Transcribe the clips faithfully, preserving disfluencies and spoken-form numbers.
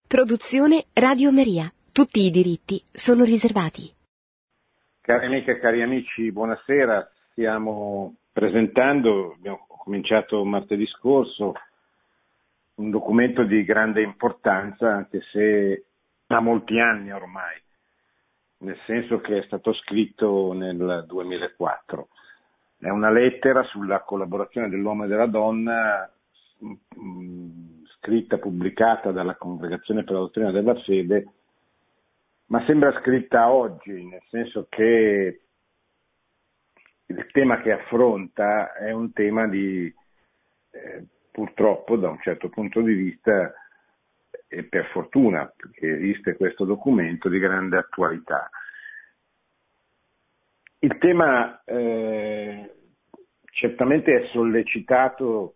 Produzione Radio Maria. Tutti i diritti sono riservati. Cari amiche e cari amici, buonasera. Stiamo presentando, abbiamo cominciato martedì scorso, un documento di grande importanza, anche se ha molti anni ormai, nel senso che è stato scritto nel duemilaquattro. È una lettera sulla collaborazione dell'uomo e della donna, mh, scritta, pubblicata dalla Congregazione per la Dottrina della Fede, ma sembra scritta oggi, nel senso che il tema che affronta è un tema di, eh, purtroppo da un certo punto di vista, e per fortuna, perché esiste questo documento, di grande attualità. Il tema eh, certamente è sollecitato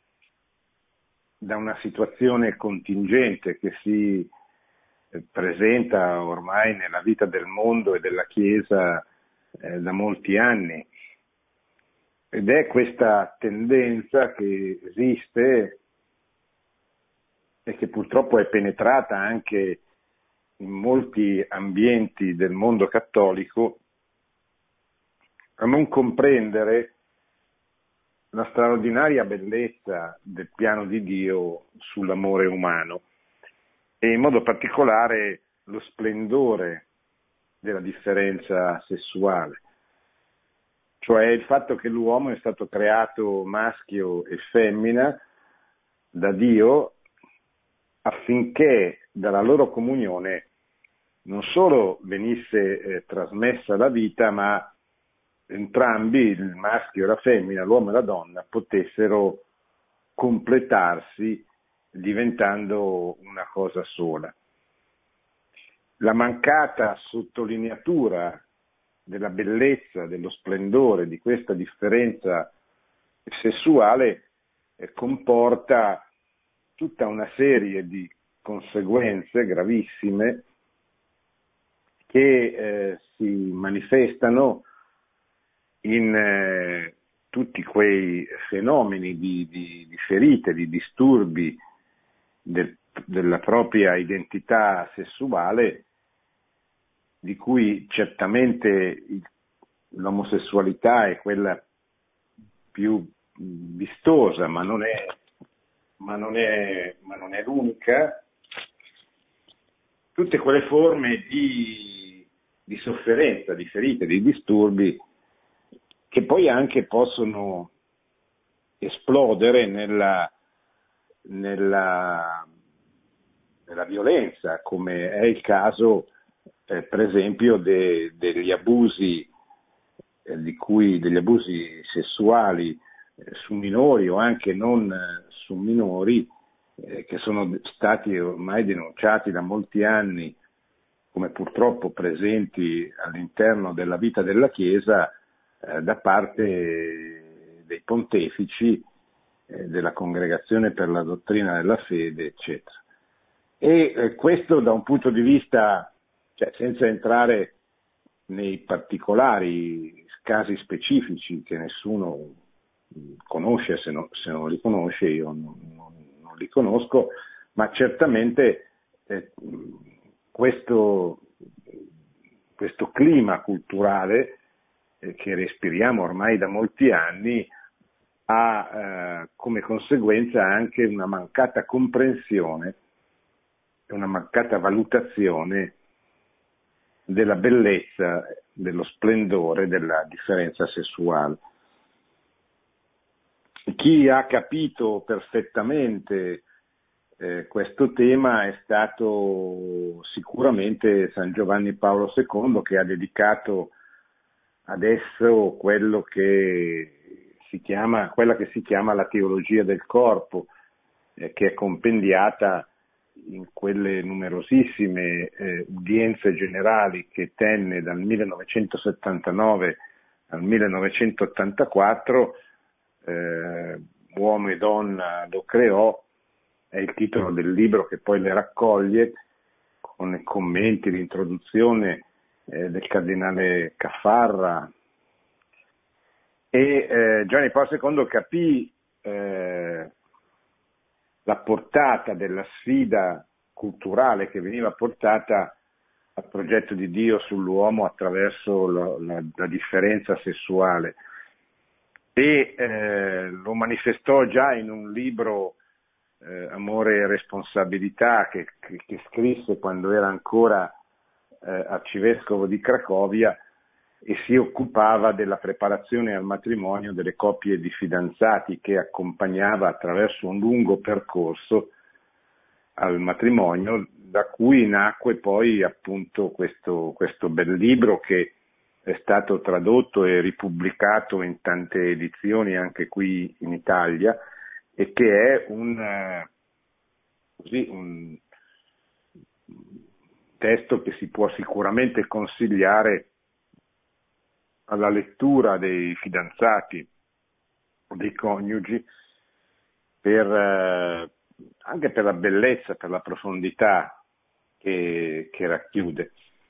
da una situazione contingente che si presenta ormai nella vita del mondo e della Chiesa eh, da molti anni, ed è questa tendenza che esiste e che purtroppo è penetrata anche in molti ambienti del mondo cattolico, a non comprendere la straordinaria bellezza del piano di Dio sull'amore umano e in modo particolare lo splendore della differenza sessuale, cioè il fatto che l'uomo è stato creato maschio e femmina da Dio affinché dalla loro comunione non solo venisse eh, trasmessa la vita, ma entrambi, il maschio e la femmina, l'uomo e la donna, potessero completarsi diventando una cosa sola. La mancata sottolineatura della bellezza, dello splendore di questa differenza sessuale eh, comporta tutta una serie di conseguenze gravissime che eh, si manifestano in eh, tutti quei fenomeni di, di, di ferite, di disturbi del, della propria identità sessuale, di cui certamente il, l'omosessualità è quella più vistosa, ma non è, ma non è, ma non è l'unica. Tutte quelle forme di, di sofferenza, di ferite, di disturbi che poi anche possono esplodere nella, nella, nella violenza, come è il caso eh, per esempio de, degli abusi eh, di cui degli abusi sessuali eh, su minori o anche non eh, su minori eh, che sono stati ormai denunciati da molti anni come purtroppo presenti all'interno della vita della Chiesa da parte dei pontefici, eh, della Congregazione per la Dottrina della Fede, eccetera. E eh, questo da un punto di vista, cioè senza entrare nei particolari casi specifici che nessuno conosce, se, no, se non li conosce, io non, non, non li conosco, ma certamente eh, questo, questo clima culturale che respiriamo ormai da molti anni ha eh, come conseguenza anche una mancata comprensione e una mancata valutazione della bellezza, dello splendore della differenza sessuale. Chi ha capito perfettamente eh, questo tema è stato sicuramente San Giovanni Paolo secondo, che ha dedicato adesso quello che si chiama, quella che si chiama la teologia del corpo, eh, che è compendiata in quelle numerosissime eh, udienze generali che tenne dal millenovecentosettantanove al millenovecentottantaquattro, eh, Uomo e donna lo creò, è il titolo del libro che poi le raccoglie, con i commenti, l'introduzione Eh, del cardinale Caffarra, e eh, Giovanni Paolo secondo capì eh, la portata della sfida culturale che veniva portata al progetto di Dio sull'uomo attraverso la, la, la differenza sessuale, e eh, lo manifestò già in un libro, eh, Amore e responsabilità, che, che, che scrisse quando era ancora eh, arcivescovo di Cracovia, e si occupava della preparazione al matrimonio delle coppie di fidanzati, che accompagnava attraverso un lungo percorso al matrimonio, da cui nacque poi appunto questo, questo bel libro, che è stato tradotto e ripubblicato in tante edizioni anche qui in Italia, e che è un, così, un testo che si può sicuramente consigliare alla lettura dei fidanzati, dei coniugi, per, eh, anche per la bellezza, per la profondità che, che racchiude.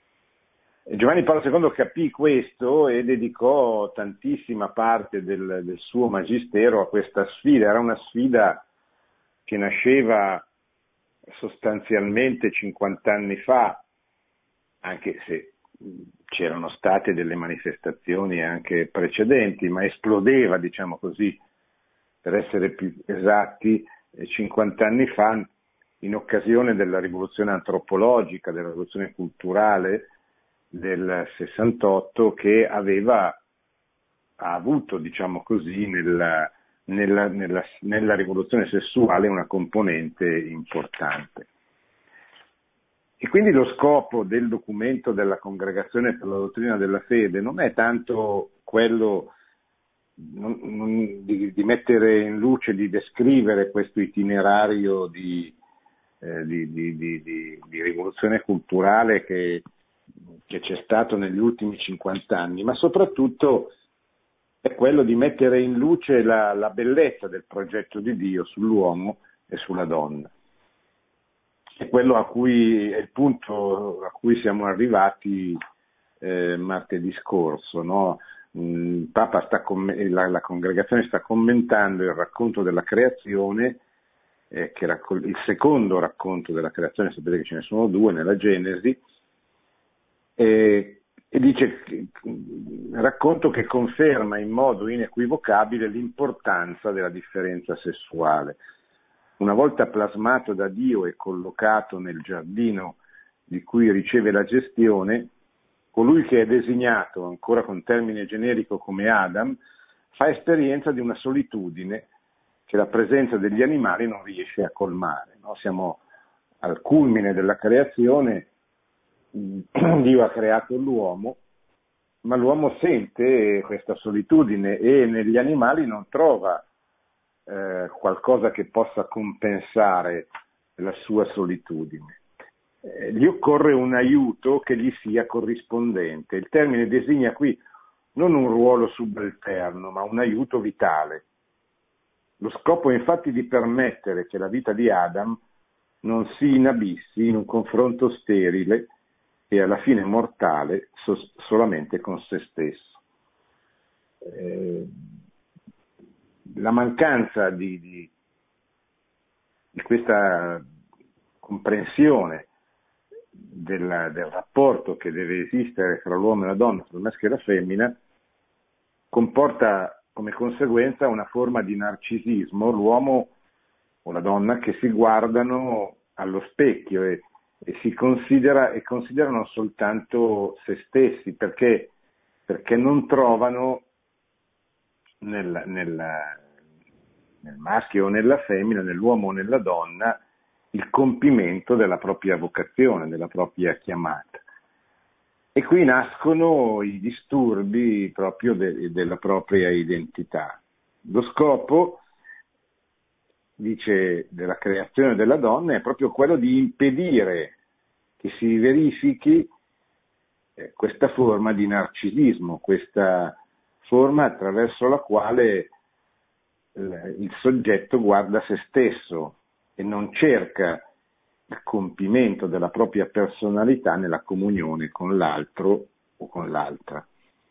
E Giovanni Paolo secondo capì questo e dedicò tantissima parte del, del suo magistero a questa sfida. Era una sfida che nasceva sostanzialmente cinquanta anni fa, anche se c'erano state delle manifestazioni anche precedenti, ma esplodeva, diciamo così, per essere più esatti, cinquanta anni fa, in occasione della rivoluzione antropologica, della rivoluzione culturale del sessantotto, che aveva ha avuto, diciamo così, nella, nella, nella, nella rivoluzione sessuale una componente importante. E quindi lo scopo del documento della Congregazione per la Dottrina della Fede non è tanto quello non, non, di, di mettere in luce, di descrivere questo itinerario di, eh, di, di, di, di, di rivoluzione culturale che, che c'è stato negli ultimi cinquanta anni, ma soprattutto è quello di mettere in luce la, la bellezza del progetto di Dio sull'uomo e sulla donna. È quello a cui è il punto a cui siamo arrivati eh, martedì scorso, no? Il Papa sta comm- la, la congregazione sta commentando il racconto della creazione, eh, che raccol- il secondo racconto della creazione, sapete che ce ne sono due nella Genesi, eh, e dice che, racconto che conferma in modo inequivocabile l'importanza della differenza sessuale. Una volta plasmato da Dio e collocato nel giardino di cui riceve la gestione, colui che è designato ancora con termine generico come Adam fa esperienza di una solitudine che la presenza degli animali non riesce a colmare. No? Siamo al culmine della creazione, Dio ha creato l'uomo, ma l'uomo sente questa solitudine e negli animali non trova Eh, qualcosa che possa compensare la sua solitudine. Eh, gli occorre un aiuto che gli sia corrispondente. Il termine designa qui non un ruolo subalterno, ma un aiuto vitale. Lo scopo è infatti di permettere che la vita di Adam non si inabissi in un confronto sterile e alla fine mortale so- solamente con se stesso. Eh, La mancanza di, di, di questa comprensione della, del rapporto che deve esistere tra l'uomo e la donna, tra il maschio e la femmina, comporta come conseguenza una forma di narcisismo, l'uomo o la donna che si guardano allo specchio e, e si considera, e considerano soltanto se stessi, perché, perché non trovano nel, nel, nel maschio o nella femmina, nell'uomo o nella donna, il compimento della propria vocazione, della propria chiamata. E qui nascono i disturbi proprio de, della propria identità. Lo scopo, dice, della creazione della donna è proprio quello di impedire che si verifichi eh, questa forma di narcisismo, questa forma attraverso la quale il soggetto guarda se stesso e non cerca il compimento della propria personalità nella comunione con l'altro o con l'altra.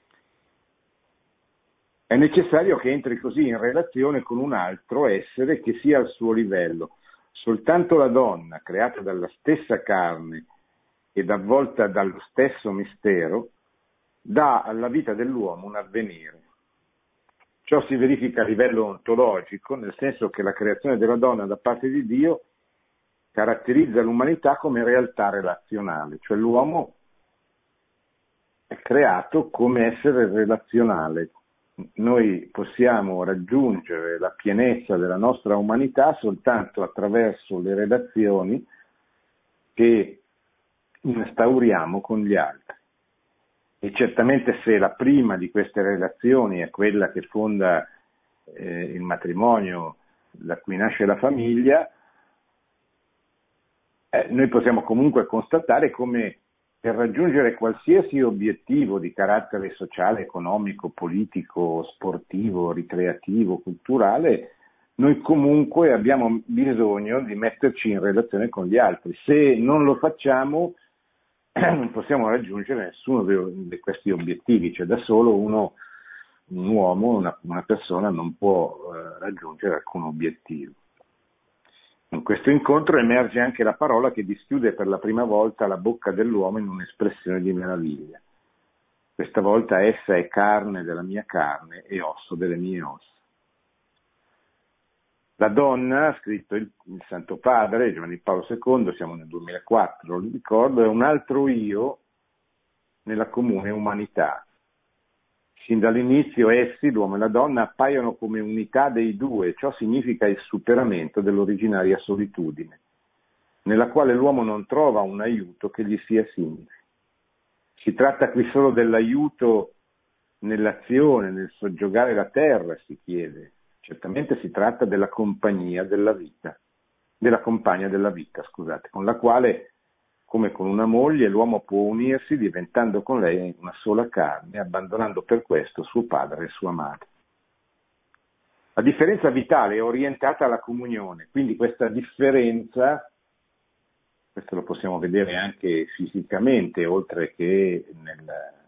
È necessario che entri così in relazione con un altro essere che sia al suo livello, Soltanto la donna, creata dalla stessa carne ed avvolta dallo stesso mistero, dà alla vita dell'uomo un avvenire. Ciò si verifica a livello ontologico, nel senso che la creazione della donna da parte di Dio caratterizza l'umanità come realtà relazionale, cioè l'uomo è creato come essere relazionale. Noi possiamo raggiungere la pienezza della nostra umanità soltanto attraverso le relazioni che instauriamo con gli altri. E certamente se la prima di queste relazioni è quella che fonda eh, il matrimonio, da cui nasce la famiglia, eh, noi possiamo comunque constatare come per raggiungere qualsiasi obiettivo di carattere sociale, economico, politico, sportivo, ricreativo, culturale, noi comunque abbiamo bisogno di metterci in relazione con gli altri. Se non lo facciamo, non possiamo raggiungere nessuno di questi obiettivi, cioè da solo uno, un uomo, una, una persona non può eh, raggiungere alcun obiettivo. In questo incontro emerge anche la parola che dischiude per la prima volta la bocca dell'uomo in un'espressione di meraviglia. Questa volta essa è carne della mia carne e osso delle mie ossa. La donna, ha scritto il, il Santo Padre, Giovanni Paolo secondo, siamo nel duemilaquattro, lo ricordo, è un altro io nella comune umanità. Sin dall'inizio essi, l'uomo e la donna, appaiono come unità dei due, ciò significa il superamento dell'originaria solitudine, nella quale l'uomo non trova un aiuto che gli sia simile. Si tratta qui solo dell'aiuto nell'azione, nel soggiogare la terra, si chiede. Certamente si tratta della compagnia della vita, della compagna della vita, scusate, con la quale, come con una moglie, l'uomo può unirsi diventando con lei una sola carne, abbandonando per questo suo padre e sua madre. La differenza vitale è orientata alla comunione, quindi questa differenza, questo lo possiamo vedere anche fisicamente, oltre che nel,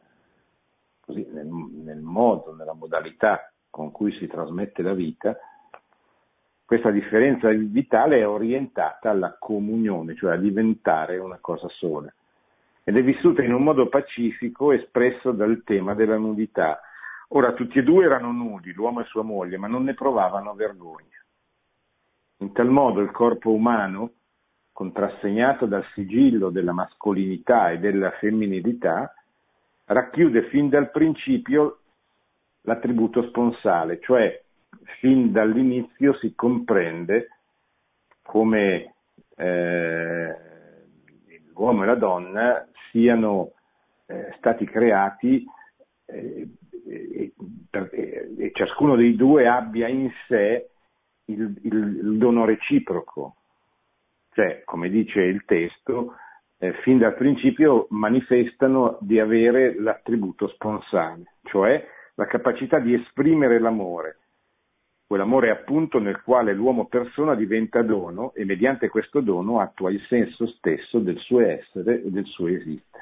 così, nel, nel modo, nella modalità con cui si trasmette la vita, questa differenza vitale è orientata alla comunione, cioè a diventare una cosa sola. Ed è vissuta in un modo pacifico espresso dal tema della nudità. Ora, tutti e due erano nudi, l'uomo e sua moglie, ma non ne provavano vergogna. In tal modo il corpo umano, contrassegnato dal sigillo della mascolinità e della femminilità, racchiude fin dal principio l'attributo sponsale, cioè fin dall'inizio si comprende come eh, l'uomo e la donna siano eh, stati creati eh, e, e, e ciascuno dei due abbia in sé il, il, il dono reciproco, cioè, come dice il testo, eh, fin dal principio manifestano di avere l'attributo sponsale, cioè la capacità di esprimere l'amore, quell'amore appunto nel quale l'uomo persona diventa dono e mediante questo dono attua il senso stesso del suo essere e del suo esistere.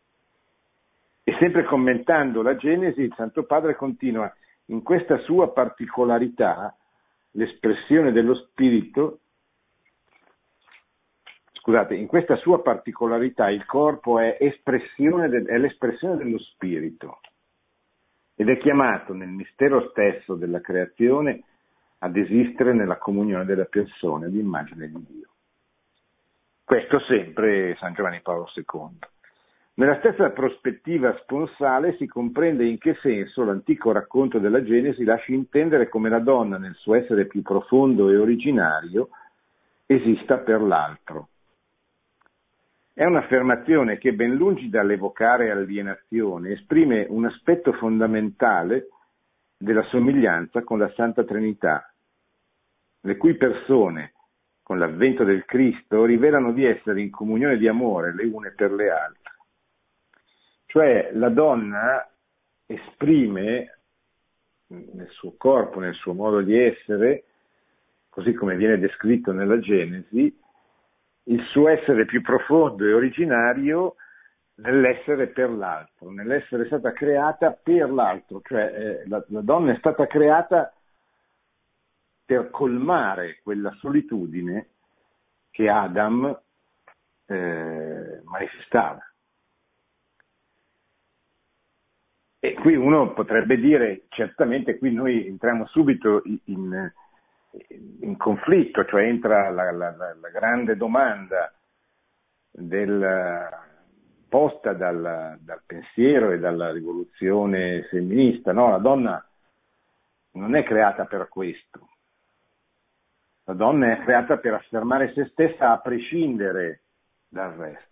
E sempre commentando la Genesi, il Santo Padre continua: in questa sua particolarità, l'espressione dello spirito, scusate, in questa sua particolarità il corpo è, espressione del, è l'espressione dello spirito ed è chiamato nel mistero stesso della creazione ad esistere nella comunione delle persone, l'immagine di Dio. Questo sempre San Giovanni Paolo secondo. Nella stessa prospettiva sponsale si comprende in che senso l'antico racconto della Genesi lascia intendere come la donna, nel suo essere più profondo e originario, esista per l'altro. È un'affermazione che, ben lungi dall'evocare alienazione, esprime un aspetto fondamentale della somiglianza con la Santa Trinità, le cui persone, con l'avvento del Cristo, rivelano di essere in comunione di amore le une per le altre. Cioè la donna esprime nel suo corpo, nel suo modo di essere, così come viene descritto nella Genesi, il suo essere più profondo e originario nell'essere per l'altro, nell'essere stata creata per l'altro, cioè eh, la, la donna è stata creata per colmare quella solitudine che Adam eh, manifestava. E qui uno potrebbe dire, certamente qui noi entriamo subito in, in conflitto, cioè entra la, la, la grande domanda del, posta dal, dal pensiero e dalla rivoluzione femminista, no? La donna non è creata per questo, la donna è creata per affermare se stessa a prescindere dal resto.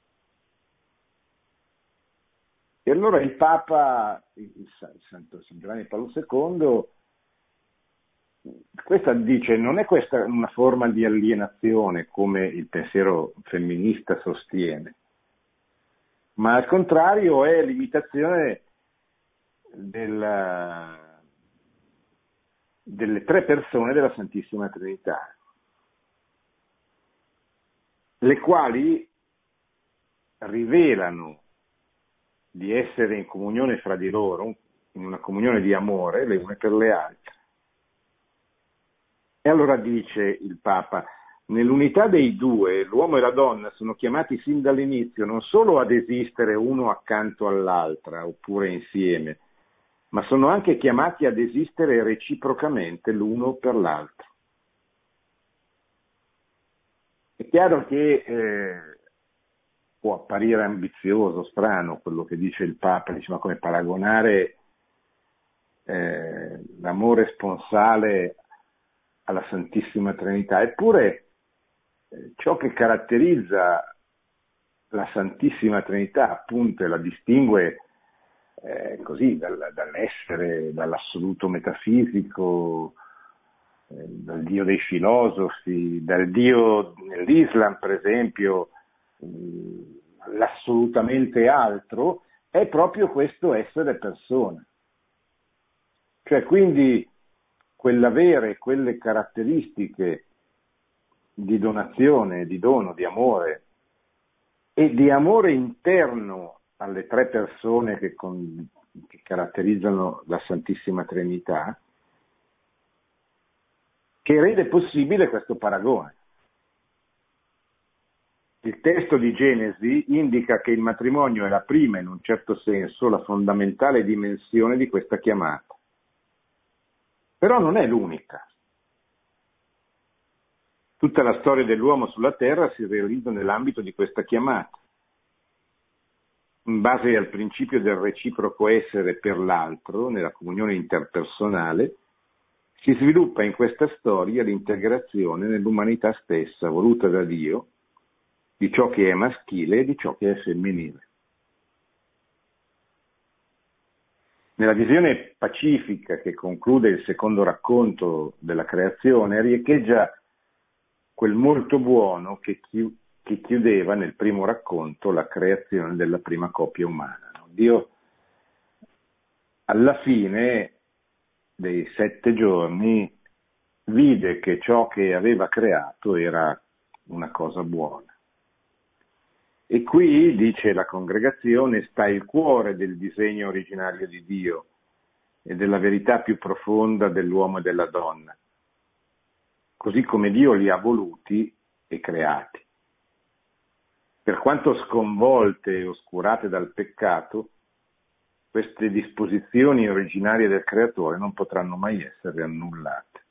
E allora il Papa, il Santo San Giovanni Paolo secondo, questa dice, non è questa una forma di alienazione come il pensiero femminista sostiene, ma al contrario è l'imitazione del, delle tre persone della Santissima Trinità, le quali rivelano di essere in comunione fra di loro, in una comunione di amore le une per le altre. E allora dice il Papa, nell'unità dei due, l'uomo e la donna sono chiamati sin dall'inizio non solo ad esistere uno accanto all'altra, oppure insieme, ma sono anche chiamati ad esistere reciprocamente l'uno per l'altro. È chiaro che eh, può apparire ambizioso, strano quello che dice il Papa, dice, ma come paragonare eh, l'amore sponsale alla Santissima Trinità? Eppure eh, ciò che caratterizza la Santissima Trinità appunto e la distingue eh, così dal, dall'essere, dall'assoluto metafisico, eh, dal Dio dei filosofi, dal Dio nell'Islam per esempio, l'assolutamente altro, è proprio questo essere persona. Cioè quindi quell'avere quelle caratteristiche di donazione, di dono, di amore e di amore interno alle tre persone che, con, che caratterizzano la Santissima Trinità, che rende possibile questo paragone. Il testo di Genesi indica che il matrimonio è la prima, in un certo senso, la fondamentale dimensione di questa chiamata. Però non è l'unica. Tutta la storia dell'uomo sulla terra si realizza nell'ambito di questa chiamata, in base al principio del reciproco essere per l'altro, nella comunione interpersonale, si sviluppa in questa storia l'integrazione nell'umanità stessa, voluta da Dio, di ciò che è maschile e di ciò che è femminile. Nella visione pacifica che conclude il secondo racconto della creazione riecheggia quel molto buono che, chi, che chiudeva nel primo racconto la creazione della prima coppia umana. Dio alla fine dei sette giorni vide che ciò che aveva creato era una cosa buona. E qui, dice la congregazione, sta il cuore del disegno originario di Dio e della verità più profonda dell'uomo e della donna, così come Dio li ha voluti e creati. Per quanto sconvolte e oscurate dal peccato, queste disposizioni originarie del Creatore non potranno mai essere annullate.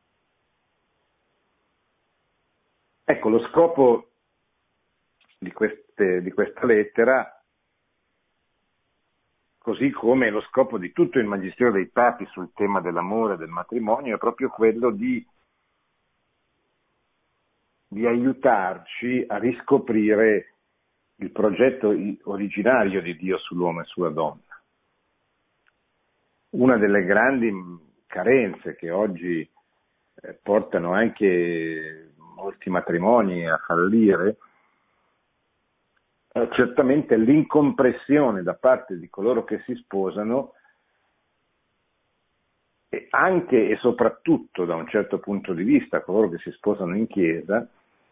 Ecco, lo scopo di, queste, di questa lettera, così come lo scopo di tutto il Magistero dei Papi sul tema dell'amore e del matrimonio, è proprio quello di, di aiutarci a riscoprire il progetto originario di Dio sull'uomo e sulla donna. Una delle grandi carenze che oggi eh, portano anche molti matrimoni a fallire è certamente l'incomprensione da parte di coloro che si sposano e anche e soprattutto da un certo punto di vista coloro che si sposano in chiesa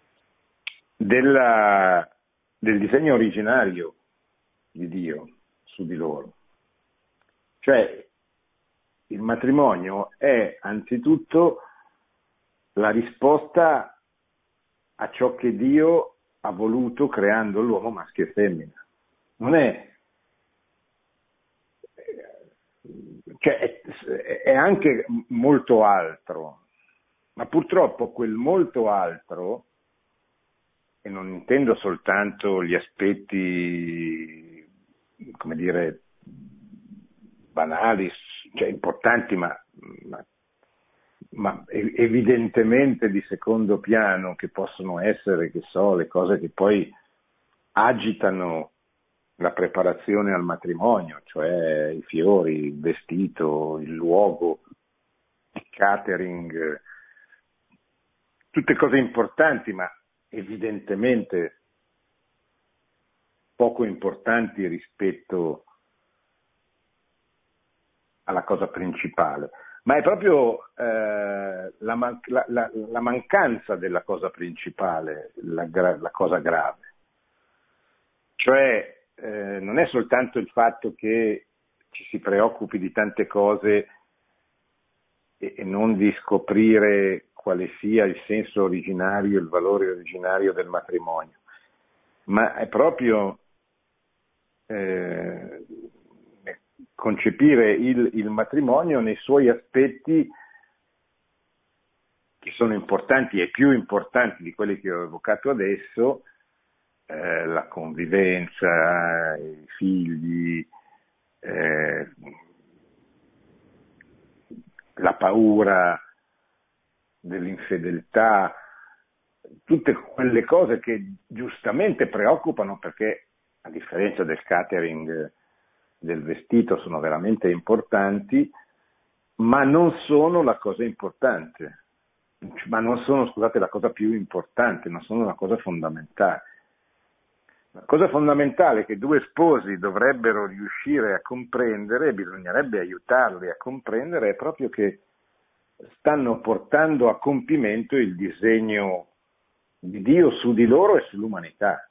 della, del disegno originario di Dio su di loro. Cioè il matrimonio è anzitutto la risposta a ciò che Dio ha voluto creando l'uomo maschio e femmina. Non è, cioè è, è anche molto altro, ma purtroppo quel molto altro, e non intendo soltanto gli aspetti, come dire, banali, cioè importanti, ma, ma, ma evidentemente di secondo piano, che possono essere, che so, le cose che poi agitano la preparazione al matrimonio, cioè i fiori, il vestito, il luogo, il catering, tutte cose importanti, ma evidentemente poco importanti rispetto alla cosa principale. Ma è proprio eh, la, man- la, la, la mancanza della cosa principale la, gra- la cosa grave. Cioè eh, non è soltanto il fatto che ci si preoccupi di tante cose e, e non di scoprire quale sia il senso originario, il valore originario del matrimonio, ma è proprio eh, concepire il, il matrimonio nei suoi aspetti che sono importanti e più importanti di quelli che ho evocato adesso, eh, la convivenza, i figli, eh, la paura dell'infedeltà, tutte quelle cose che giustamente preoccupano perché, a differenza del catering, del vestito, sono veramente importanti, ma non sono la cosa importante, ma non sono, scusate, la cosa più importante, non sono la cosa fondamentale. La cosa fondamentale che due sposi dovrebbero riuscire a comprendere, e bisognerebbe aiutarli a comprendere, è proprio che stanno portando a compimento il disegno di Dio su di loro e sull'umanità.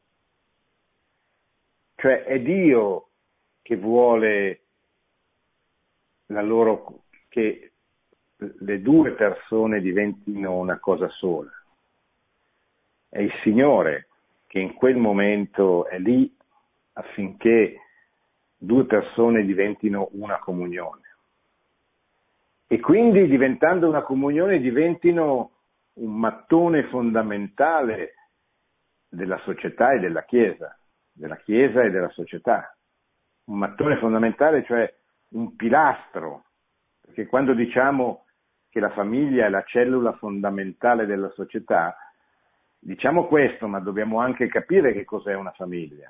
Cioè è Dio che vuole la loro, che le due persone diventino una cosa sola. È il Signore che in quel momento è lì affinché due persone diventino una comunione. E quindi, diventando una comunione, diventino un mattone fondamentale della società e della Chiesa, della Chiesa e della società. Un mattone fondamentale, cioè un pilastro, perché quando diciamo che la famiglia è la cellula fondamentale della società, diciamo questo, ma dobbiamo anche capire che cos'è una famiglia.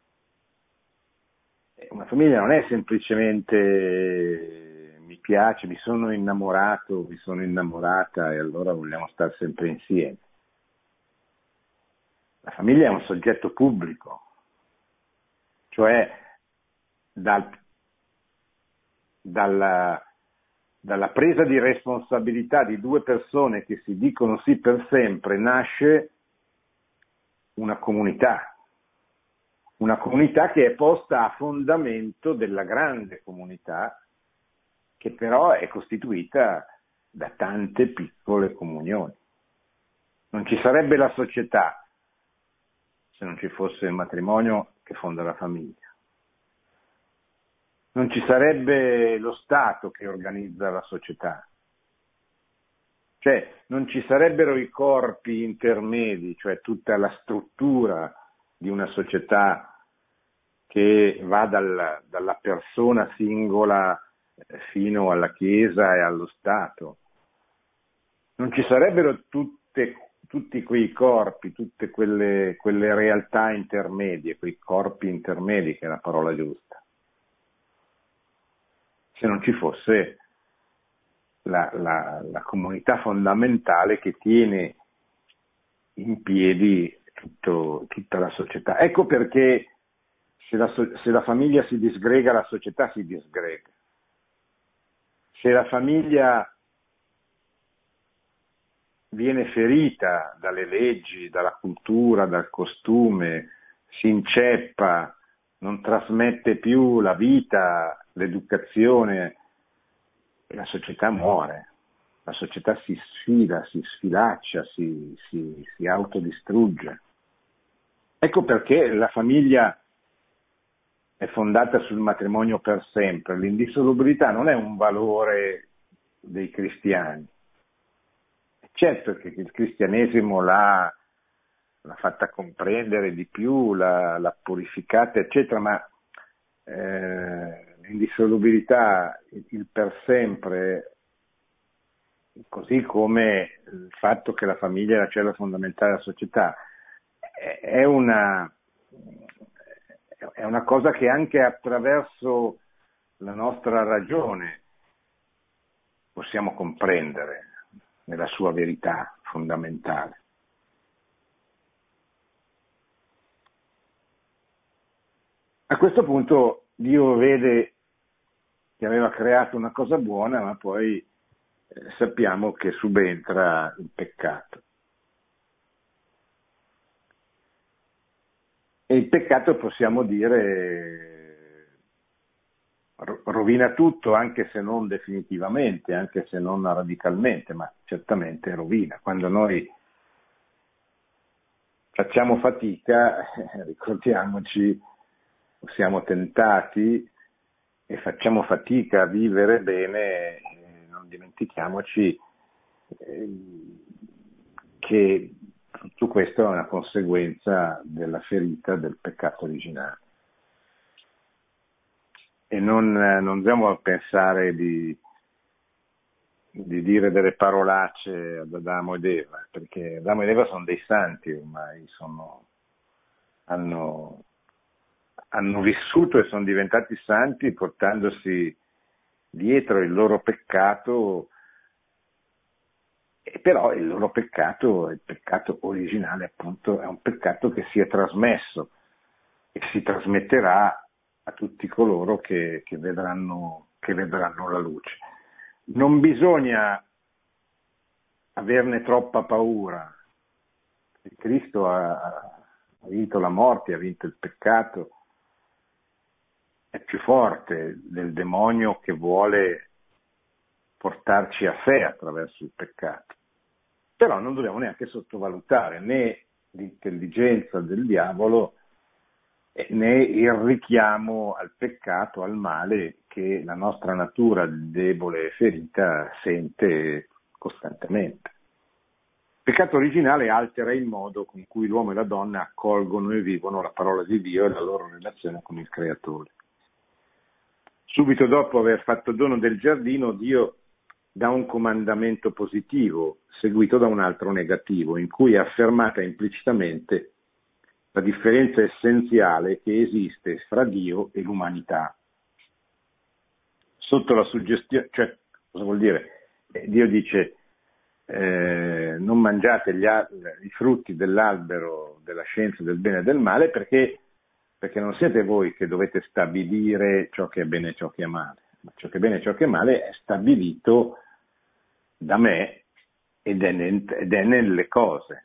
Una famiglia non è semplicemente mi piace, mi sono innamorato, mi sono innamorata e allora vogliamo stare sempre insieme. La famiglia è un soggetto pubblico, cioè dal, dalla, dalla presa di responsabilità di due persone che si dicono sì per sempre nasce una comunità, una comunità che è posta a fondamento della grande comunità, che però è costituita da tante piccole comunioni. Non ci sarebbe la società se non ci fosse il matrimonio che fonda la famiglia. Non ci sarebbe lo Stato che organizza la società. Cioè non ci sarebbero i corpi intermedi, cioè tutta la struttura di una società che va dalla, dalla persona singola fino alla Chiesa e allo Stato. Non ci sarebbero tutte, tutti quei corpi, tutte quelle, quelle realtà intermedie, quei corpi intermedi, che è la parola giusta, se non ci fosse la, la, la comunità fondamentale che tiene in piedi tutto, tutta la società. Ecco perché se la, se la famiglia si disgrega, la società si disgrega. Se la famiglia viene ferita dalle leggi, dalla cultura, dal costume, si inceppa, non trasmette più la vita, l'educazione, la società muore. la società si sfila, si sfilaccia, si, si, si autodistrugge. Ecco perché la famiglia è fondata sul matrimonio per sempre. L'indissolubilità non è un valore dei cristiani. Certo che il cristianesimo l'ha, l'ha fatta comprendere di più, l'ha, l'ha purificata, eccetera, ma eh, l'indissolubilità, il, il per sempre, così come il fatto che la famiglia è la cellula fondamentale della società, è, è una... è una cosa che anche attraverso la nostra ragione possiamo comprendere nella sua verità fondamentale. A questo punto Dio vede che aveva creato una cosa buona, ma poi eh, sappiamo che subentra il peccato. E il peccato, possiamo dire, rovina tutto, anche se non definitivamente, anche se non radicalmente, ma certamente rovina. Quando noi facciamo fatica, ricordiamoci, siamo tentati e facciamo fatica a vivere bene, non dimentichiamoci che tutto questo è una conseguenza della ferita del peccato originale. E non, non dobbiamo pensare di, di dire delle parolacce ad Adamo ed Eva, perché Adamo ed Eva sono dei santi ormai, sono, hanno, hanno vissuto e sono diventati santi portandosi dietro il loro peccato. E però il loro peccato, il peccato originale appunto, è un peccato che si è trasmesso e si trasmetterà a tutti coloro che, che, vedranno, che vedranno la luce. Non bisogna averne troppa paura. Cristo ha, ha vinto la morte, ha vinto il peccato, è più forte del demonio che vuole portarci a sé attraverso il peccato. Però non dobbiamo neanche sottovalutare né l'intelligenza del diavolo né il richiamo al peccato, al male che la nostra natura debole e ferita sente costantemente. Il peccato originale altera il modo con cui l'uomo e la donna accolgono e vivono la parola di Dio e la loro relazione con il Creatore. Subito dopo aver fatto dono del giardino, Dio dà un comandamento positivo, seguito da un altro negativo, in cui è affermata implicitamente la differenza essenziale che esiste fra Dio e l'umanità. Sotto la suggestione, cioè, cosa vuol dire? Eh, Dio dice, eh, non mangiate gli, i frutti dell'albero della scienza del bene e del male, perché, perché non siete voi che dovete stabilire ciò che è bene e ciò che è male. Ma ciò che è bene e ciò che è male è stabilito da me ed è, nel, ed è nelle cose.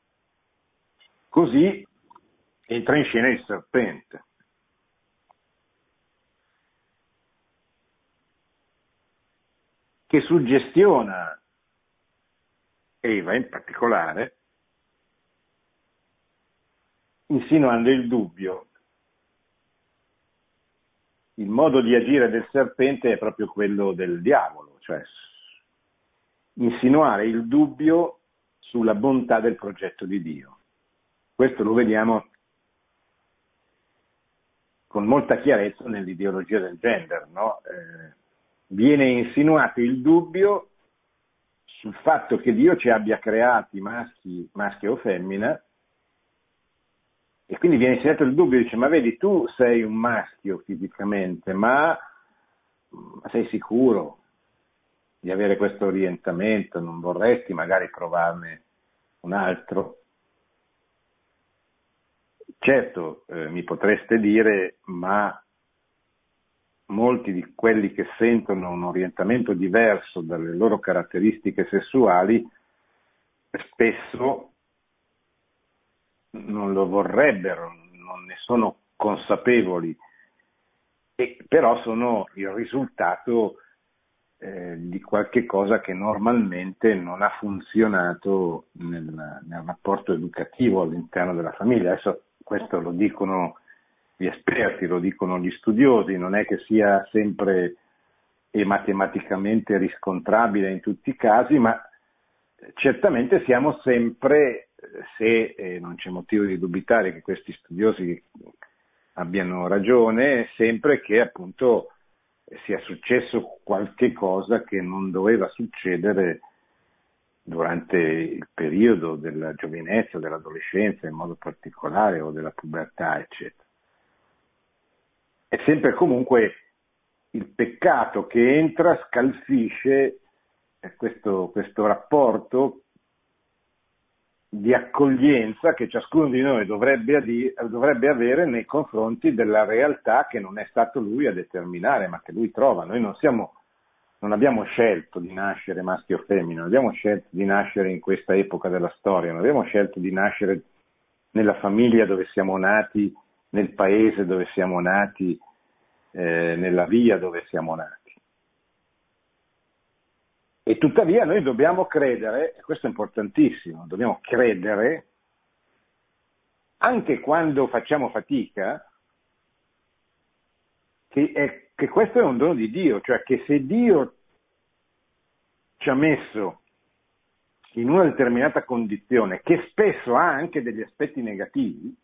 Così entra in scena il serpente. Che suggestiona Eva in particolare, insinuando il dubbio. Il modo di agire del serpente è proprio quello del diavolo, cioè insinuare il dubbio sulla bontà del progetto di Dio. Questo lo vediamo con molta chiarezza nell'ideologia del gender, no? Eh, viene insinuato il dubbio sul fatto che Dio ci abbia creati maschi, maschio o femmina, e quindi viene insinuato il dubbio, dice, ma vedi, tu sei un maschio fisicamente, ma, ma sei sicuro di avere questo orientamento? Non vorresti magari provarne un altro? Certo, eh, mi potreste dire, ma molti di quelli che sentono un orientamento diverso dalle loro caratteristiche sessuali spesso non lo vorrebbero, non ne sono consapevoli, e però sono il risultato eh, di qualche cosa che normalmente non ha funzionato nel, nel rapporto educativo all'interno della famiglia. Adesso questo lo dicono gli esperti, lo dicono gli studiosi, non è che sia sempre e matematicamente riscontrabile in tutti i casi, ma certamente siamo sempre, se eh, non c'è motivo di dubitare che questi studiosi abbiano ragione, sempre che appunto sia successo qualche cosa che non doveva succedere durante il periodo della giovinezza, dell'adolescenza in modo particolare, o della pubertà, eccetera. È sempre comunque il peccato che entra, scalfisce questo, questo rapporto di accoglienza che ciascuno di noi dovrebbe, dovrebbe avere nei confronti della realtà che non è stato lui a determinare, ma che lui trova. Noi non siamo, non abbiamo scelto di nascere maschio o femmina, non abbiamo scelto di nascere in questa epoca della storia, non abbiamo scelto di nascere nella famiglia dove siamo nati, nel paese dove siamo nati, eh, nella via dove siamo nati. E tuttavia noi dobbiamo credere, e questo è importantissimo, dobbiamo credere, anche quando facciamo fatica, che, è, che questo è un dono di Dio, cioè che se Dio ci ha messo in una determinata condizione, che spesso ha anche degli aspetti negativi,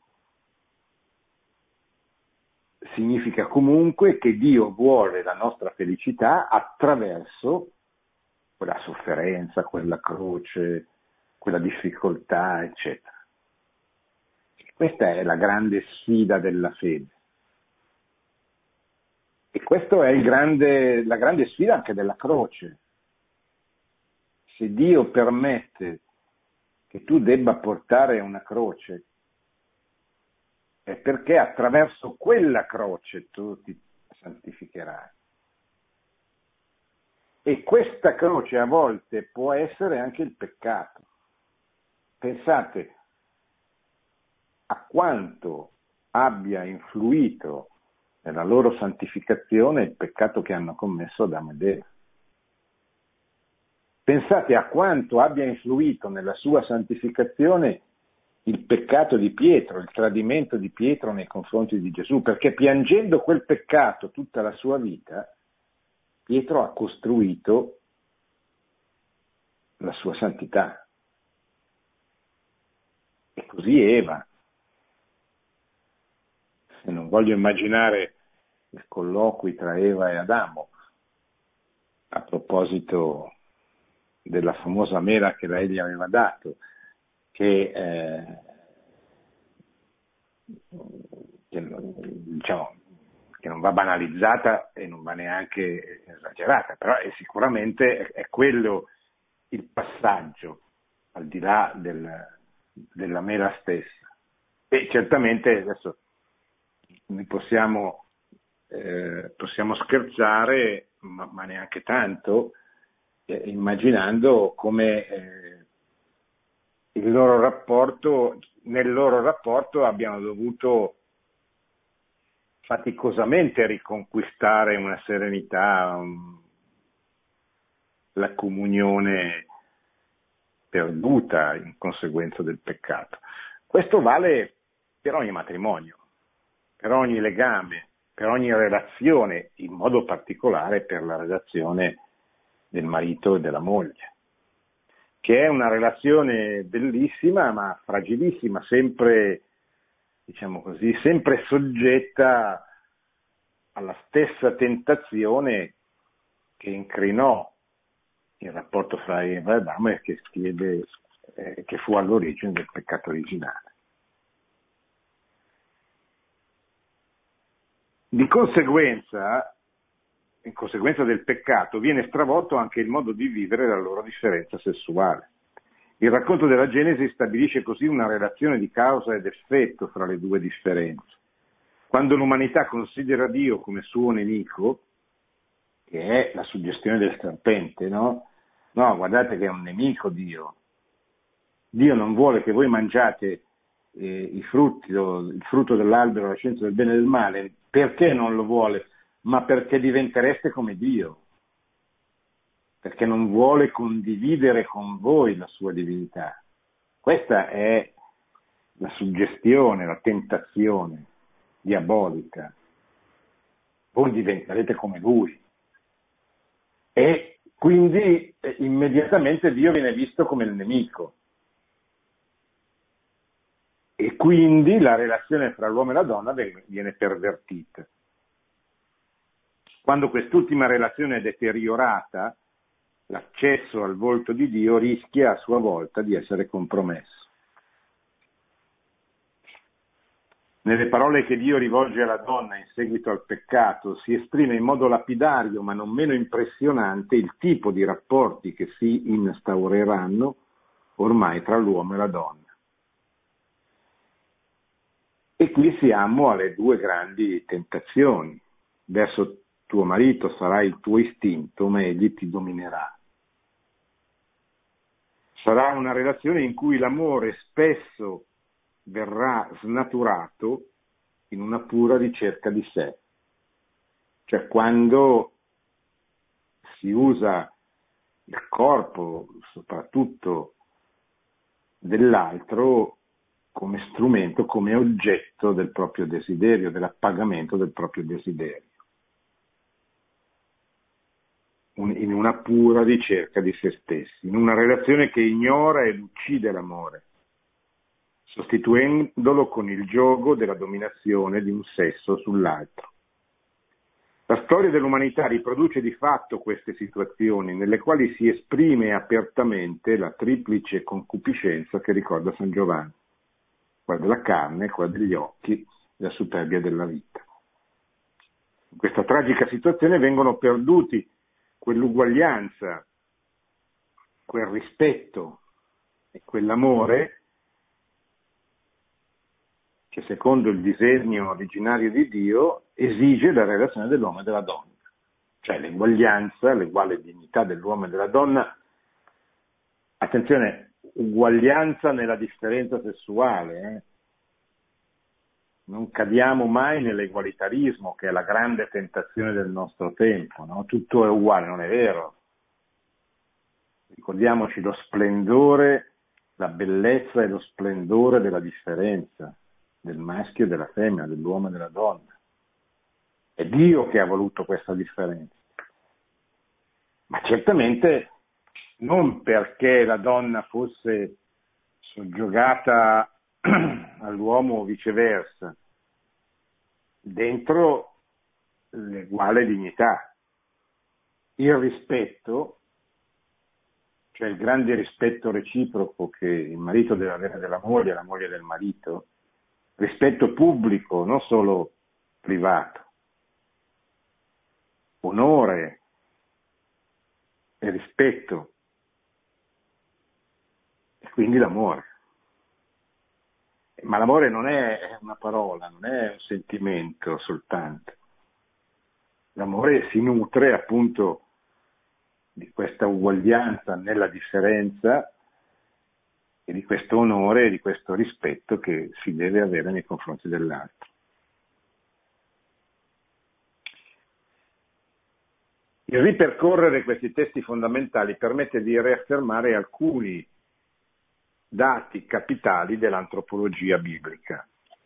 significa comunque che Dio vuole la nostra felicità attraverso quella sofferenza, quella croce, quella difficoltà, eccetera. Questa è la grande sfida della fede. E questa è il grande, la grande sfida anche della croce. Se Dio permette che tu debba portare una croce, è perché attraverso quella croce tu ti santificherai. E questa croce a volte può essere anche il peccato. Pensate a quanto abbia influito nella loro santificazione il peccato che hanno commesso Adamo ed Eva. Pensate a quanto abbia influito nella sua santificazione il peccato di Pietro, il tradimento di Pietro nei confronti di Gesù, perché piangendo quel peccato tutta la sua vita, Pietro ha costruito la sua santità. E così Eva. E non voglio immaginare i colloqui tra Eva e Adamo a proposito della famosa mela che lei gli aveva dato, che, eh, che, diciamo, che non va banalizzata e non va neanche esagerata, però è sicuramente è quello il passaggio, al di là del, della mela stessa. E certamente adesso ne possiamo, eh, possiamo scherzare, ma, ma neanche tanto, eh, immaginando come eh, il loro rapporto, nel loro rapporto abbiano dovuto faticosamente riconquistare una serenità, un, la comunione perduta in conseguenza del peccato. Questo vale per ogni matrimonio, per ogni legame, per ogni relazione, in modo particolare per la relazione del marito e della moglie, che è una relazione bellissima ma fragilissima, sempre, diciamo così, sempre soggetta alla stessa tentazione che incrinò il rapporto fra Eva e Adamo e che, chiede, eh, che fu all'origine del peccato originale. Di conseguenza, in conseguenza del peccato, viene stravolto anche il modo di vivere la loro differenza sessuale. Il racconto della Genesi stabilisce così una relazione di causa ed effetto fra le due differenze. Quando l'umanità considera Dio come suo nemico, che è la suggestione del serpente, no? No, guardate che è un nemico Dio. Dio non vuole che voi mangiate eh, i frutti, il frutto dell'albero della scienza del bene e del male. Perché non lo vuole? Ma perché diventereste come Dio. perché non vuole condividere con voi la sua divinità. Questa è la suggestione, la tentazione diabolica. Voi diventerete come lui. E quindi eh, immediatamente Dio viene visto come il nemico. E quindi la relazione fra l'uomo e la donna viene pervertita. Quando quest'ultima relazione è deteriorata, l'accesso al volto di Dio rischia a sua volta di essere compromesso. Nelle parole che Dio rivolge alla donna in seguito al peccato si esprime in modo lapidario ma non meno impressionante il tipo di rapporti che si instaureranno ormai tra l'uomo e la donna. E qui siamo alle due grandi tentazioni. Verso tuo marito sarà il tuo istinto, ma egli ti dominerà. Sarà una relazione in cui l'amore spesso verrà snaturato in una pura ricerca di sé. Cioè quando si usa il corpo, soprattutto dell'altro, come strumento, come oggetto del proprio desiderio, dell'appagamento del proprio desiderio. In una pura ricerca di se stessi, in una relazione che ignora ed uccide l'amore, sostituendolo con il giogo della dominazione di un sesso sull'altro. La storia dell'umanità riproduce di fatto queste situazioni nelle quali si esprime apertamente la triplice concupiscenza che ricorda San Giovanni, quella della carne, quella degli occhi e la superbia della vita. In questa tragica situazione vengono perduti quell'uguaglianza, quel rispetto e quell'amore che secondo il disegno originario di Dio esige la relazione dell'uomo e della donna, cioè l'uguaglianza, l'uguale dignità dell'uomo e della donna. Attenzione, uguaglianza nella differenza sessuale, eh? Non cadiamo mai nell'egualitarismo, che è la grande tentazione del nostro tempo, no? Tutto è uguale, non è vero. Ricordiamoci lo splendore, la bellezza e lo splendore della differenza, del maschio e della femmina, dell'uomo e della donna. È Dio che ha voluto questa differenza. Ma certamente non perché la donna fosse soggiogata all'uomo o viceversa, dentro l'uguale dignità. Il rispetto, cioè il grande rispetto reciproco che il marito deve avere della moglie e la moglie del marito, rispetto pubblico, non solo privato, onore e rispetto, e quindi l'amore. Ma l'amore non è una parola, non è un sentimento soltanto. L'amore si nutre appunto di questa uguaglianza nella differenza e di questo onore e di questo rispetto che si deve avere nei confronti dell'altro. Il ripercorrere questi testi fondamentali permette di riaffermare alcuni dati capitali dell'antropologia biblica.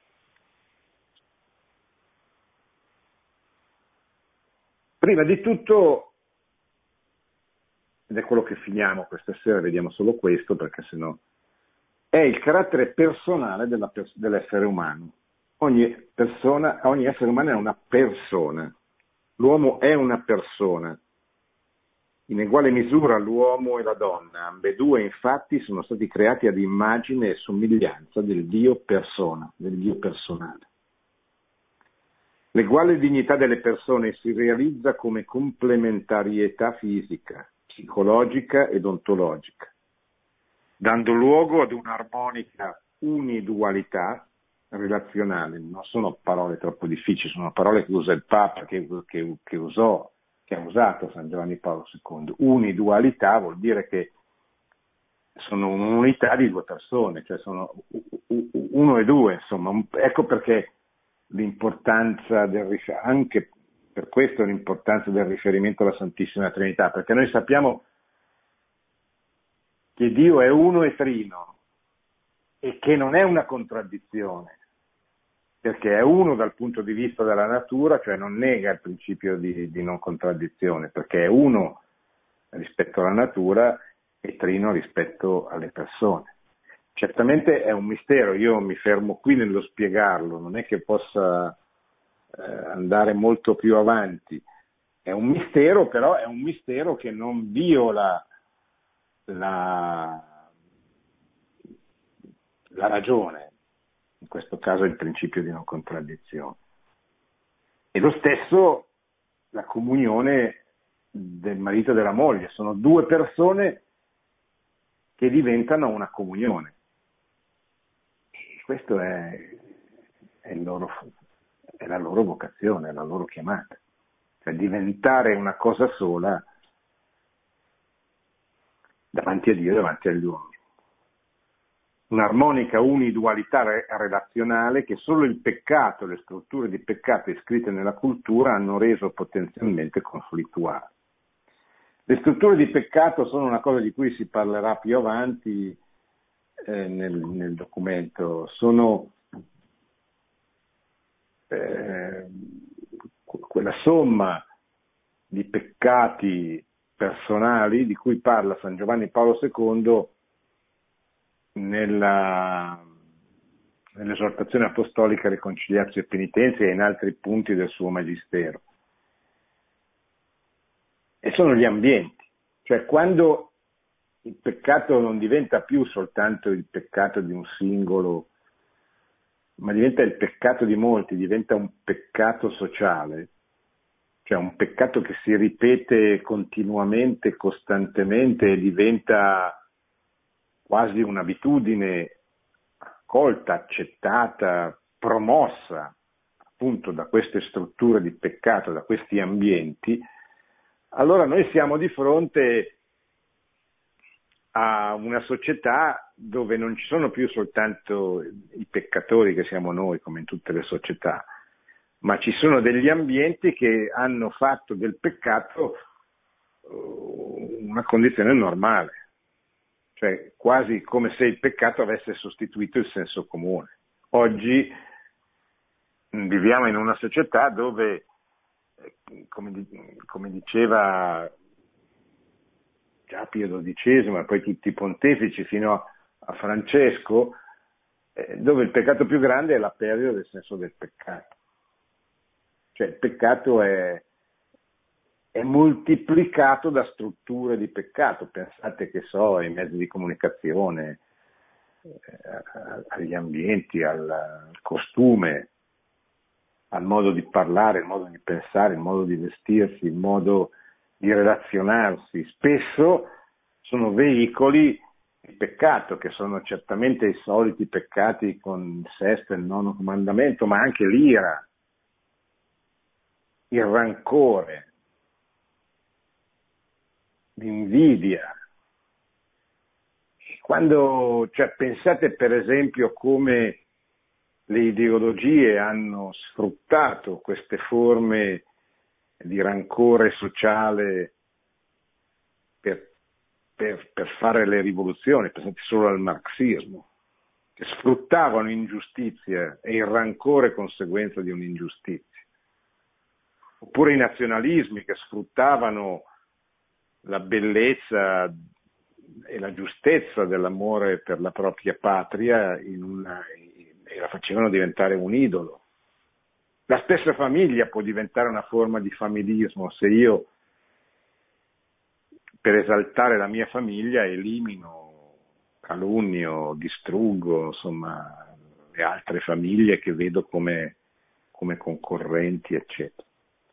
Prima di tutto, ed è quello che finiamo questa sera, vediamo solo questo perché sennò, è il carattere personale della, dell'essere umano. Ogni persona, ogni essere umano è una persona. L'uomo è una persona. In eguale misura l'uomo e la donna, ambedue infatti sono stati creati ad immagine e somiglianza del Dio persona, del Dio personale. L'eguale dignità delle persone si realizza come complementarietà fisica, psicologica ed ontologica, dando luogo ad un'armonica unidualità relazionale. Non sono parole troppo difficili, sono parole che usa il Papa, che, che, che usò che ha usato San Giovanni Paolo secondo. Unidualità vuol dire che sono un'unità di due persone, cioè sono uno e due, insomma. Ecco perché l'importanza del anche Per questo l'importanza del riferimento alla Santissima Trinità, perché noi sappiamo che Dio è uno e trino e che non è una contraddizione, perché è uno dal punto di vista della natura, cioè non nega il principio di, di non contraddizione, perché è uno rispetto alla natura e trino rispetto alle persone. Certamente è un mistero, io mi fermo qui nello spiegarlo, non è che possa eh, andare molto più avanti. È un mistero, però è un mistero che non viola la, la ragione, in questo caso il principio di non contraddizione. E lo stesso la comunione del marito e della moglie, sono due persone che diventano una comunione. E questo è, è, il loro, è la loro vocazione, è la loro chiamata, cioè diventare una cosa sola davanti a Dio e davanti agli uomini. Un'armonica unidualità re- relazionale che solo il peccato, le strutture di peccato iscritte nella cultura hanno reso potenzialmente conflittuali. Le strutture di peccato sono una cosa di cui si parlerà più avanti eh, nel, nel documento, sono eh, quella somma di peccati personali di cui parla San Giovanni Paolo secondo nella, nell'esortazione apostolica Reconciliatio e Penitenza e in altri punti del suo magistero. E sono gli ambienti, cioè quando il peccato non diventa più soltanto il peccato di un singolo, ma diventa il peccato di molti, diventa un peccato sociale, cioè un peccato che si ripete continuamente, costantemente e diventa quasi un'abitudine accolta, accettata, promossa appunto da queste strutture di peccato, da questi ambienti, allora noi siamo di fronte a una società dove non ci sono più soltanto i peccatori che siamo noi, come in tutte le società, ma ci sono degli ambienti che hanno fatto del peccato una condizione normale, cioè quasi come se il peccato avesse sostituito il senso comune. Oggi viviamo in una società dove, come, come diceva già Pio dodicesimo e poi tutti i pontefici fino a, a Francesco, eh, dove il peccato più grande è la perdita del senso del peccato. Cioè il peccato è, è moltiplicato da strutture di peccato, pensate che so, ai mezzi di comunicazione, eh, agli ambienti, al, al costume, al modo di parlare, il modo di pensare, il modo di vestirsi, il modo di relazionarsi, spesso sono veicoli di peccato, che sono certamente i soliti peccati con il sesto e il nono comandamento, ma anche l'ira, il rancore, l'invidia. Quando, cioè, pensate per esempio come le ideologie hanno sfruttato queste forme di rancore sociale per, per, per fare le rivoluzioni, pensate solo al marxismo, che sfruttavano ingiustizia e il rancore conseguenza di un'ingiustizia. Oppure i nazionalismi che sfruttavano la bellezza e la giustezza dell'amore per la propria patria in una, e la facevano diventare un idolo. La stessa famiglia può diventare una forma di familismo se io, per esaltare la mia famiglia, elimino, calunnio, distruggo, insomma, le altre famiglie che vedo come, come concorrenti, eccetera.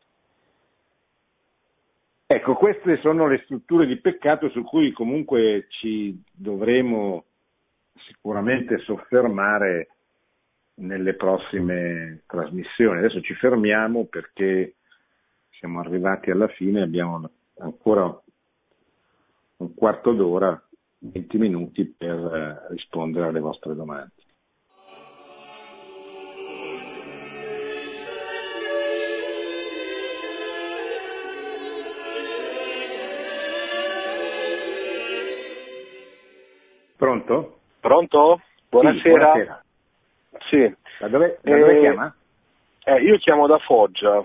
Ecco, queste sono le strutture di peccato su cui comunque ci dovremo sicuramente soffermare nelle prossime trasmissioni. Adesso ci fermiamo perché siamo arrivati alla fine, abbiamo ancora un quarto d'ora, venti minuti per rispondere alle vostre domande. Pronto? Pronto? Buonasera. Sì, buonasera. Sì. Da dove, da dove eh, chiama? Eh, io chiamo da Foggia.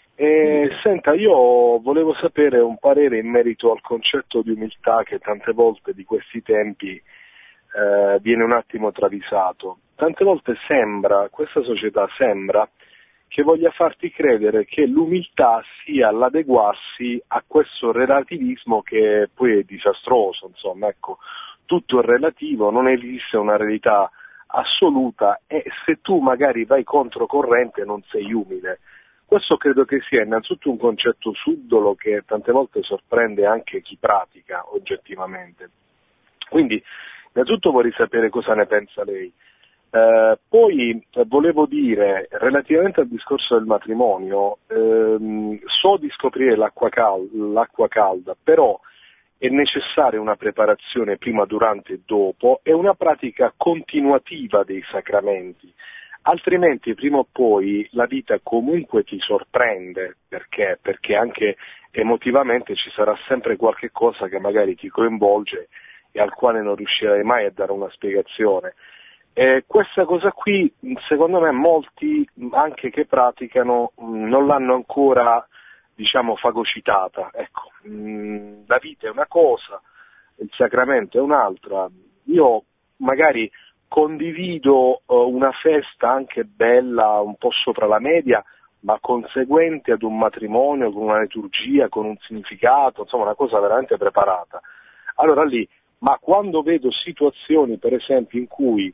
E, senta, io volevo sapere un parere in merito al concetto di umiltà che tante volte di questi tempi eh, viene un attimo travisato. Tante volte sembra, questa società sembra, che voglia farti credere che l'umiltà sia l'adeguarsi a questo relativismo che poi è disastroso, insomma, ecco, tutto è relativo, non esiste una verità assoluta e se tu magari vai controcorrente non sei umile. Questo credo che sia innanzitutto un concetto subdolo che tante volte sorprende anche chi pratica oggettivamente. Quindi, innanzitutto vorrei sapere cosa ne pensa lei. Eh, poi eh, volevo dire, relativamente al discorso del matrimonio, ehm, so di scoprire l'acqua, cal- l'acqua calda, però è necessaria una preparazione prima, durante e dopo e una pratica continuativa dei sacramenti, altrimenti prima o poi la vita comunque ti sorprende, perché? Perché anche emotivamente ci sarà sempre qualche cosa che magari ti coinvolge e al quale non riuscirai mai a dare una spiegazione. Eh, questa cosa qui, secondo me, molti anche che praticano non l'hanno ancora, diciamo, fagocitata. Ecco, mh, la vita è una cosa, il sacramento è un'altra. Io magari condivido uh, una festa anche bella, un po' sopra la media, ma conseguente ad un matrimonio, con una liturgia, con un significato, insomma una cosa veramente preparata. Allora lì, ma quando vedo situazioni, per esempio, in cui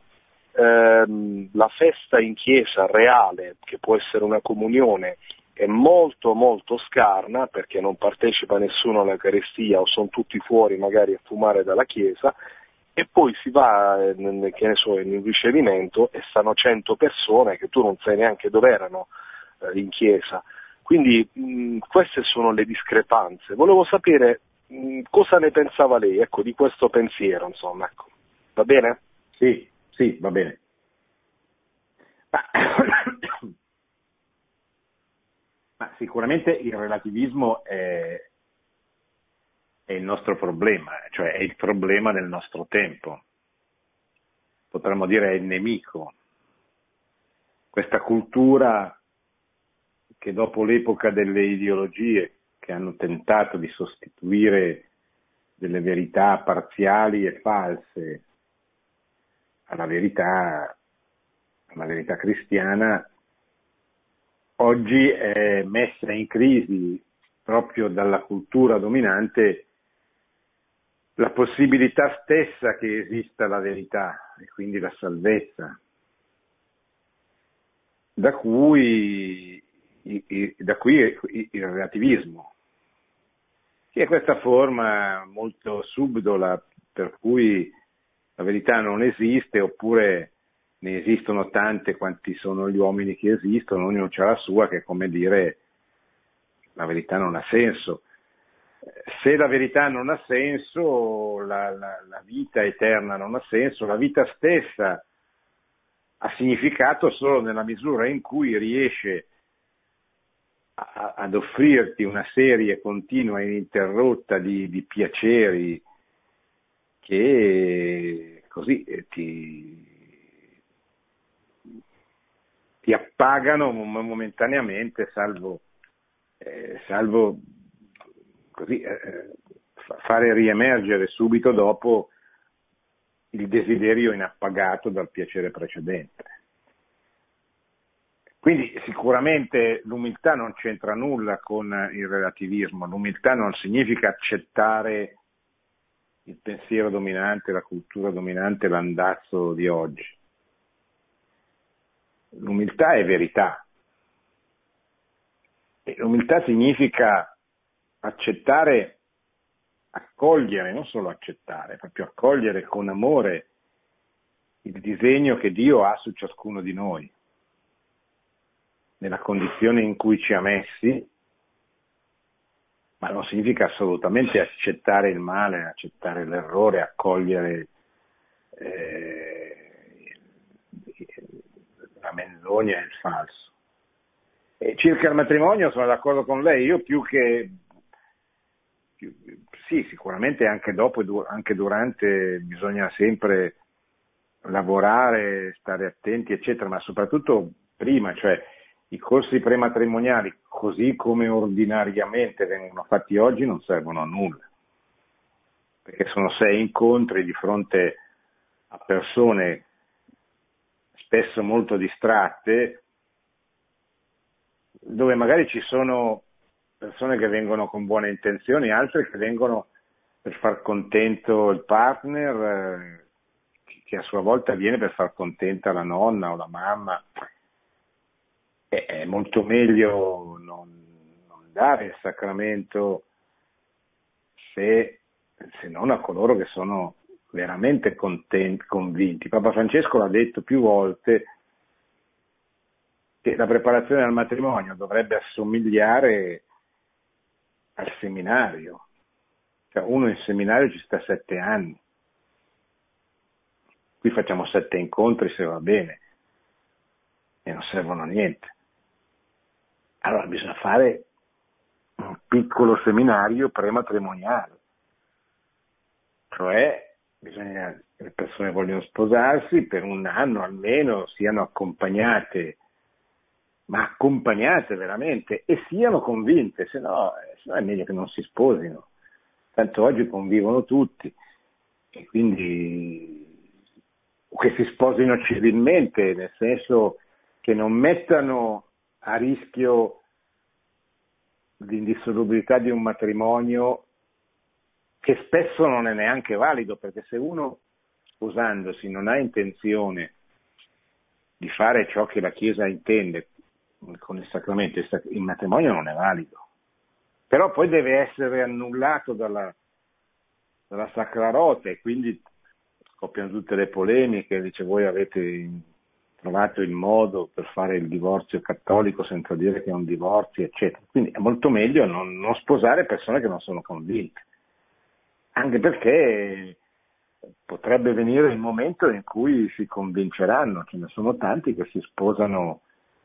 ehm, la festa in chiesa reale, che può essere una comunione, è molto molto scarna, perché non partecipa nessuno all'Eucaristia o sono tutti fuori magari a fumare dalla chiesa, e poi si va, eh, che ne so, in un ricevimento e stanno cento persone che tu non sai neanche dove erano eh, in chiesa. Quindi mh, queste sono le discrepanze. Volevo sapere mh, cosa ne pensava lei, ecco, di questo pensiero, insomma, ecco. Va bene? Sì, sì, va bene. Ma, ma sicuramente il relativismo è, è il nostro problema, cioè è il problema del nostro tempo. Potremmo dire è il nemico. Questa cultura che dopo l'epoca delle ideologie che hanno tentato di sostituire delle verità parziali e false alla verità, alla verità cristiana, oggi è messa in crisi proprio dalla cultura dominante la possibilità stessa che esista la verità e quindi la salvezza, da cui, da qui il relativismo, che è questa forma molto subdola per cui la verità non esiste, oppure ne esistono tante quanti sono gli uomini che esistono, ognuno ha la sua, che è come dire la verità non ha senso. Se la verità non ha senso, la, la, la vita eterna non ha senso, la vita stessa ha significato solo nella misura in cui riesce a, ad offrirti una serie continua e ininterrotta di, di piaceri che così ti, ti appagano momentaneamente, salvo, eh, salvo così, eh, fare riemergere subito dopo il desiderio inappagato dal piacere precedente. Quindi sicuramente l'umiltà non c'entra nulla con il relativismo, l'umiltà non significa accettare il pensiero dominante, la cultura dominante, l'andazzo di oggi. L'umiltà è verità. E l'umiltà significa accettare, accogliere, non solo accettare, proprio accogliere con amore il disegno che Dio ha su ciascuno di noi, nella condizione in cui ci ha messi, ma non significa assolutamente accettare il male, accettare l'errore, accogliere eh, la menzogna e il falso. E circa il matrimonio sono d'accordo con lei, io più che più, sì, sicuramente anche dopo e du- anche durante bisogna sempre lavorare, stare attenti, eccetera, ma soprattutto prima, cioè i corsi prematrimoniali, così come ordinariamente vengono fatti oggi, non servono a nulla, perché sono sei incontri di fronte a persone spesso molto distratte, dove magari ci sono persone che vengono con buone intenzioni, altre che vengono per far contento il partner, eh, che a sua volta viene per far contenta la nonna o la mamma. È molto meglio non, non dare il sacramento se, se non a coloro che sono veramente contenti, convinti. Papa Francesco l'ha detto più volte che la preparazione al matrimonio dovrebbe assomigliare al seminario. Cioè, uno in seminario ci sta sette anni. Qui facciamo sette incontri se va bene e non servono a niente. Allora bisogna fare un piccolo seminario prematrimoniale, cioè bisogna che le persone vogliono sposarsi per un anno almeno, siano accompagnate, ma accompagnate veramente, e siano convinte, se no, se no è meglio che non si sposino. Tanto oggi convivono tutti e quindi che si sposino civilmente, nel senso che non mettano a rischio l'indissolubilità di un matrimonio che spesso non è neanche valido, perché se uno sposandosi non ha intenzione di fare ciò che la Chiesa intende con il sacramento, il matrimonio non è valido. Però poi deve essere annullato dalla, dalla Sacra Rota e quindi scoppiano tutte le polemiche, dice voi avete trovato il modo per fare il divorzio cattolico senza dire che è un divorzio, eccetera. Quindi è molto meglio non, non sposare persone che non sono convinte, anche perché potrebbe venire il momento in cui si convinceranno, ce ne sono tanti che si sposano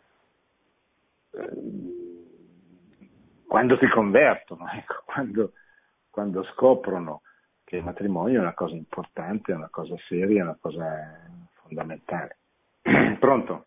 eh, quando si convertono, ecco, quando, quando scoprono che il matrimonio è una cosa importante, è una cosa seria, è una cosa fondamentale. Pronto?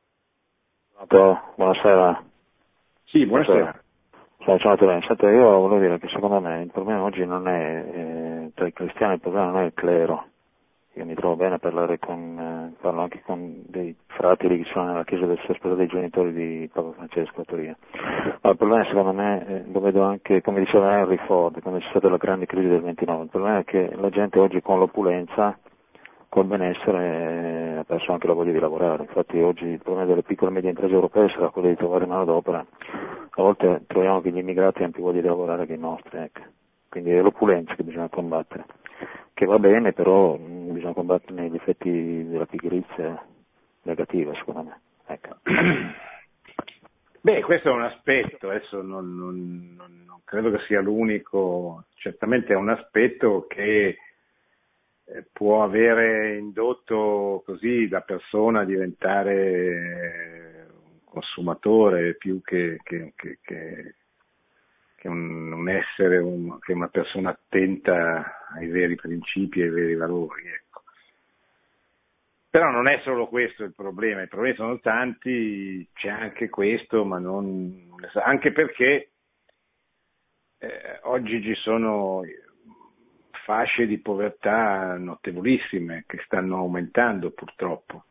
Buonasera. Sì, buonasera. Ciao, ciao Terence. Senta, io volevo dire che secondo me il problema oggi non è eh, tra i cristiani, il problema non è il clero. Io mi trovo bene a parlare con, eh, parlo anche con dei fratelli che sono nella chiesa del Sespero dei genitori di Papa Francesco a Torino. Ma il problema secondo me, eh, lo vedo anche, come diceva Henry Ford, quando c'è stata la grande crisi del ventinove, il problema è che la gente oggi con l'opulenza, col benessere, eh, ha perso anche la voglia di lavorare. Infatti oggi il problema delle piccole e medie imprese europee sarà quello di trovare manodopera. A volte troviamo che gli immigrati hanno più voglia di lavorare che i nostri, ecco. Quindi è l'opulenza che bisogna combattere, che va bene, però mh, bisogna combattere gli effetti della pigrizia negativa, secondo me. Ecco. Beh, questo è un aspetto, adesso non, non, non, non credo che sia l'unico, certamente è un aspetto che eh, può avere indotto così la persona a diventare un consumatore più che, che, che, che che un, un essere, un, che una persona attenta ai veri principi e ai veri valori, ecco. Però non è solo questo il problema, i problemi sono tanti, c'è anche questo, ma non, anche perché eh, oggi ci sono fasce di povertà notevolissime che stanno aumentando purtroppo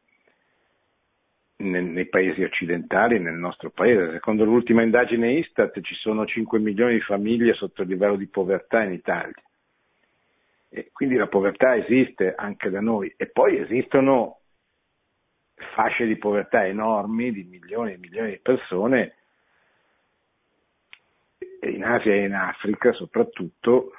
nei paesi occidentali e nel nostro paese. Secondo l'ultima indagine Istat ci sono cinque milioni di famiglie sotto il livello di povertà in Italia. E quindi la povertà esiste anche da noi. E poi esistono fasce di povertà enormi di milioni e milioni di persone in Asia e in Africa soprattutto,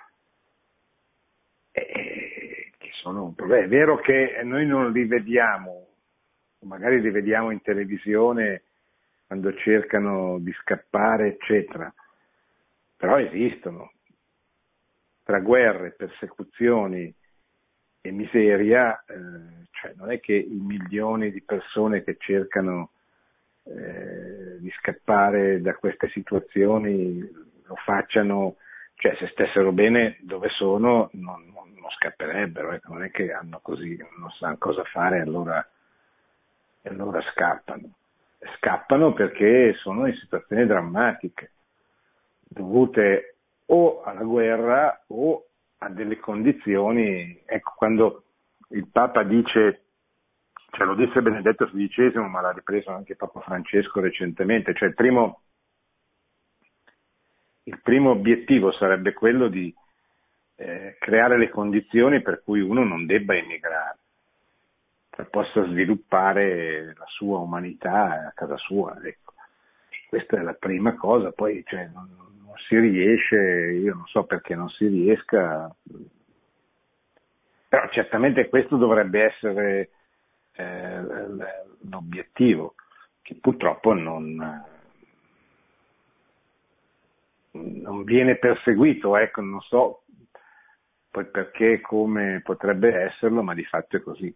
eh, che sono un problema. È vero che noi non li vediamo, magari li vediamo in televisione quando cercano di scappare, eccetera, però esistono. Tra guerre, persecuzioni e miseria, eh, cioè non è che i milioni di persone che cercano eh, di scappare da queste situazioni lo facciano cioè se stessero bene dove sono non, non, non scapperebbero, ecco, non è che hanno così, non sanno cosa fare, allora, e allora scappano. Scappano perché sono in situazioni drammatiche, dovute o alla guerra o a delle condizioni, ecco, quando il Papa dice, cioè lo disse Benedetto sedicesimo, ma l'ha ripreso anche Papa Francesco recentemente, cioè il primo, il primo obiettivo sarebbe quello di eh, creare le condizioni per cui uno non debba emigrare, per possa sviluppare la sua umanità a casa sua, ecco. Questa è la prima cosa, poi cioè, non, non si riesce, io non so perché non si riesca, però certamente questo dovrebbe essere eh, l'obiettivo, che purtroppo non, non viene perseguito, ecco, non so poi perché, come potrebbe esserlo, ma di fatto è così.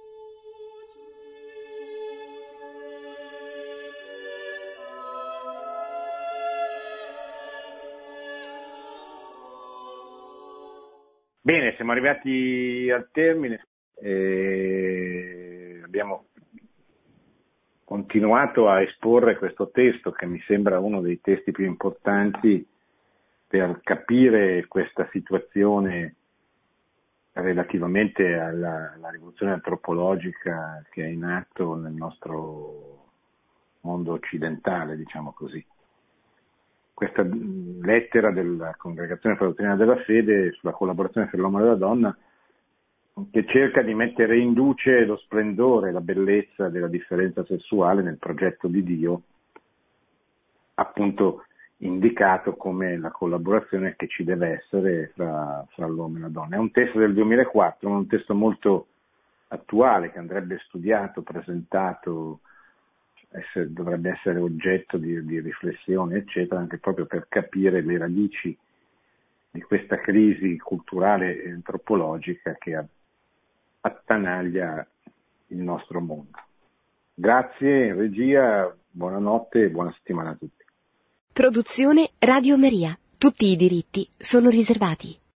Bene, siamo arrivati al termine, e abbiamo continuato a esporre questo testo che mi sembra uno dei testi più importanti per capire questa situazione relativamente alla, alla rivoluzione antropologica che è in atto nel nostro mondo occidentale, diciamo così. Questa lettera della Congregazione per la Dottrina della Fede sulla collaborazione fra l'uomo e la donna, che cerca di mettere in luce lo splendore e la bellezza della differenza sessuale nel progetto di Dio, appunto indicato come la collaborazione che ci deve essere fra, fra l'uomo e la donna. È un testo del duemilaquattro, un testo molto attuale che andrebbe studiato, presentato, essere, dovrebbe essere oggetto di, di riflessione, eccetera, anche proprio per capire le radici di questa crisi culturale e antropologica che attanaglia il nostro mondo. Grazie, regia, buonanotte e buona settimana a tutti. Produzione Radio Maria. Tutti i diritti sono riservati.